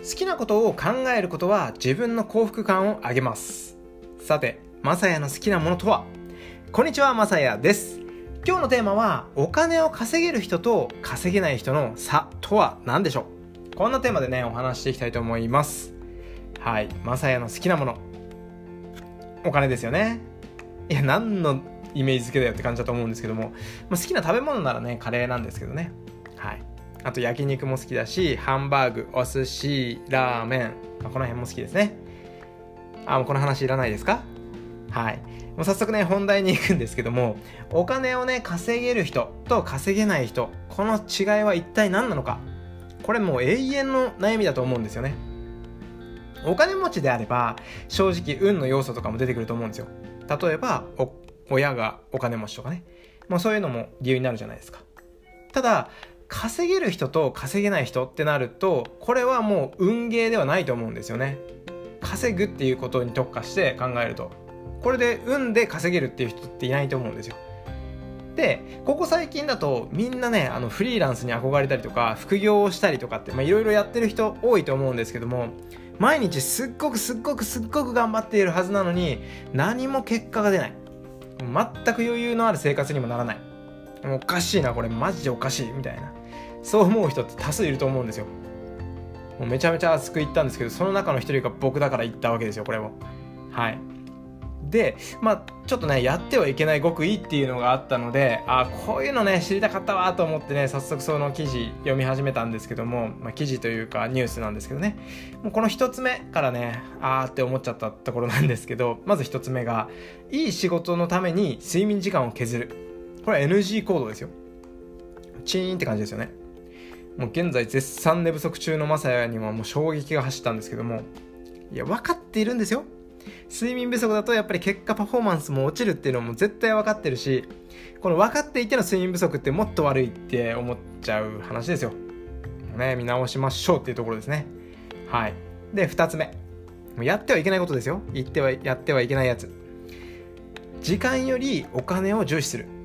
好きなことを考えることは自分の幸福感を上げます。さて、まさやの好きなものとは？こんにちは、まさやです。今日のテーマは、お金を稼げる人と稼げない人の差とは何でしょう？こんなテーマでね、お話していきたいと思います。はい、まさやの好きなもの、お金ですよね。いや、何のイメージ付けだよって感じだと思うんですけども、好きな食べ物ならね、カレーなんですけどね。はい。あと焼肉も好きだし、ハンバーグ、お寿司、ラーメン、この辺も好きですね。もうこの話いらないですか？はい。もう早速ね、本題に行くんですけども、お金をね、稼げる人と稼げない人、この違いは一体何なのか。これもう永遠の悩みだと思うんですよね。お金持ちであれば、正直運の要素とかも出てくると思うんですよ。例えば、親がお金持ちとかね。そういうのも理由になるじゃないですか。ただ、稼げる人と稼げない人ってなると、これはもう運ゲーではないと思うんですよね。稼ぐっていうことに特化して考えると、これで運で稼げるっていう人っていないと思うんですよ。で、ここ最近だとみんなね、フリーランスに憧れたりとか、副業をしたりとかっていろいろやってる人多いと思うんですけども、毎日すっごく頑張っているはずなのに、何も結果が出ない。全く余裕のある生活にもならない。おかしいな、これマジでおかしいみたいな、そう思う人って多数いると思うんですよ。もうめちゃめちゃ熱く言ったんですけど、その中の一人が僕だから言ったわけですよ、これも。はい。で、ちょっとね、やってはいけない極意っていうのがあったので、こういうのね、知りたかったわと思ってね、早速その記事読み始めたんですけども、記事というかニュースなんですけどね、もうこの一つ目からね、って思っちゃったところなんですけど、まず一つ目が、いい仕事のために睡眠時間を削る。これは NG 行動ですよ。チーンって感じですよね。もう現在絶賛寝不足中のマサヤにはもう衝撃が走ったんですけども、いや、分かっているんですよ。睡眠不足だとやっぱり結果パフォーマンスも落ちるっていうのも絶対分かってるし、この分かっていての睡眠不足ってもっと悪いって思っちゃう話ですよ。ね、見直しましょうっていうところですね。はい。で、2つ目。やってはいけないことですよ。やってはいけないやつ。時間よりお金を重視する。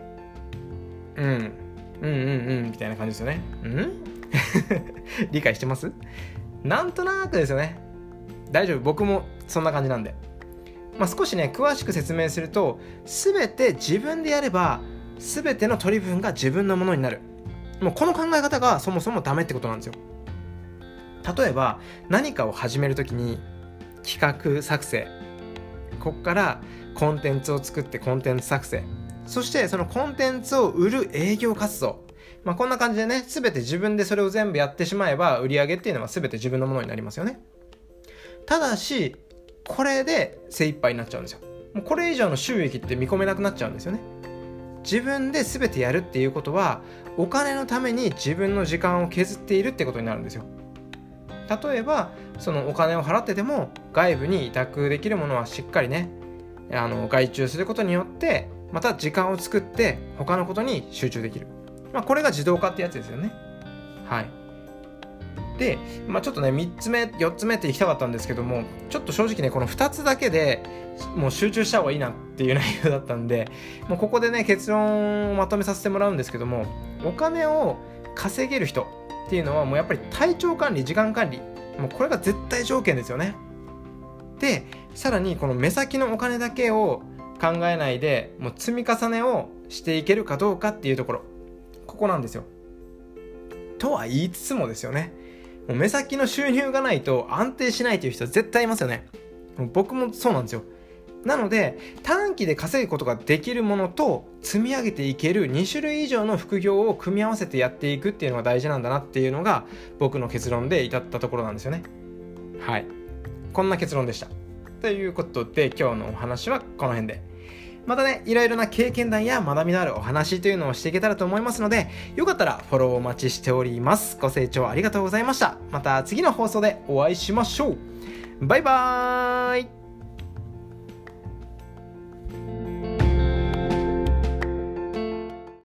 みたいな感じですよね。理解してます？なんとなくですよね。大丈夫、僕もそんな感じなんで。少しね、詳しく説明すると、全て自分でやれば全ての取り分が自分のものになる。もうこの考え方がそもそもダメってことなんですよ。例えば何かを始めるときに、企画作成、ここからコンテンツを作ってコンテンツ作成、そしてそのコンテンツを売る営業活動、こんな感じでね、全て自分でそれを全部やってしまえば、売り上げっていうのは全て自分のものになりますよね。ただし、これで精一杯になっちゃうんですよ。もうこれ以上の収益って見込めなくなっちゃうんですよね。自分で全てやるっていうことは、お金のために自分の時間を削っているってことになるんですよ。例えば、そのお金を払ってでも外部に委託できるものはしっかりね、外注することによって、また時間を作って他のことに集中できる。これが自動化ってやつですよね。はい。で、ちょっとね、3つ目、4つ目って行きたかったんですけども、ちょっと正直ね、この2つだけでもう集中した方がいいなっていう内容だったんで、もうここでね、結論をまとめさせてもらうんですけども、お金を稼げる人っていうのはもうやっぱり体調管理、時間管理、もうこれが絶対条件ですよね。で、さらにこの目先のお金だけを考えないで、もう積み重ねをしていけるかどうかっていうところ、ここなんですよ。とは言いつつもですよね、もう目先の収入がないと安定しないという人は絶対いますよね。僕もそうなんですよ。なので、短期で稼ぐことができるものと積み上げていける2種類以上の副業を組み合わせてやっていくっていうのが大事なんだなっていうのが僕の結論で至ったところなんですよね。はい。こんな結論でした。ということで、今日のお話はこの辺で。またね、いろいろな経験談や学びのあるお話というのをしていけたらと思いますので、よかったらフォローお待ちしております。ご清聴ありがとうございました。また次の放送でお会いしましょう。バイバーイ。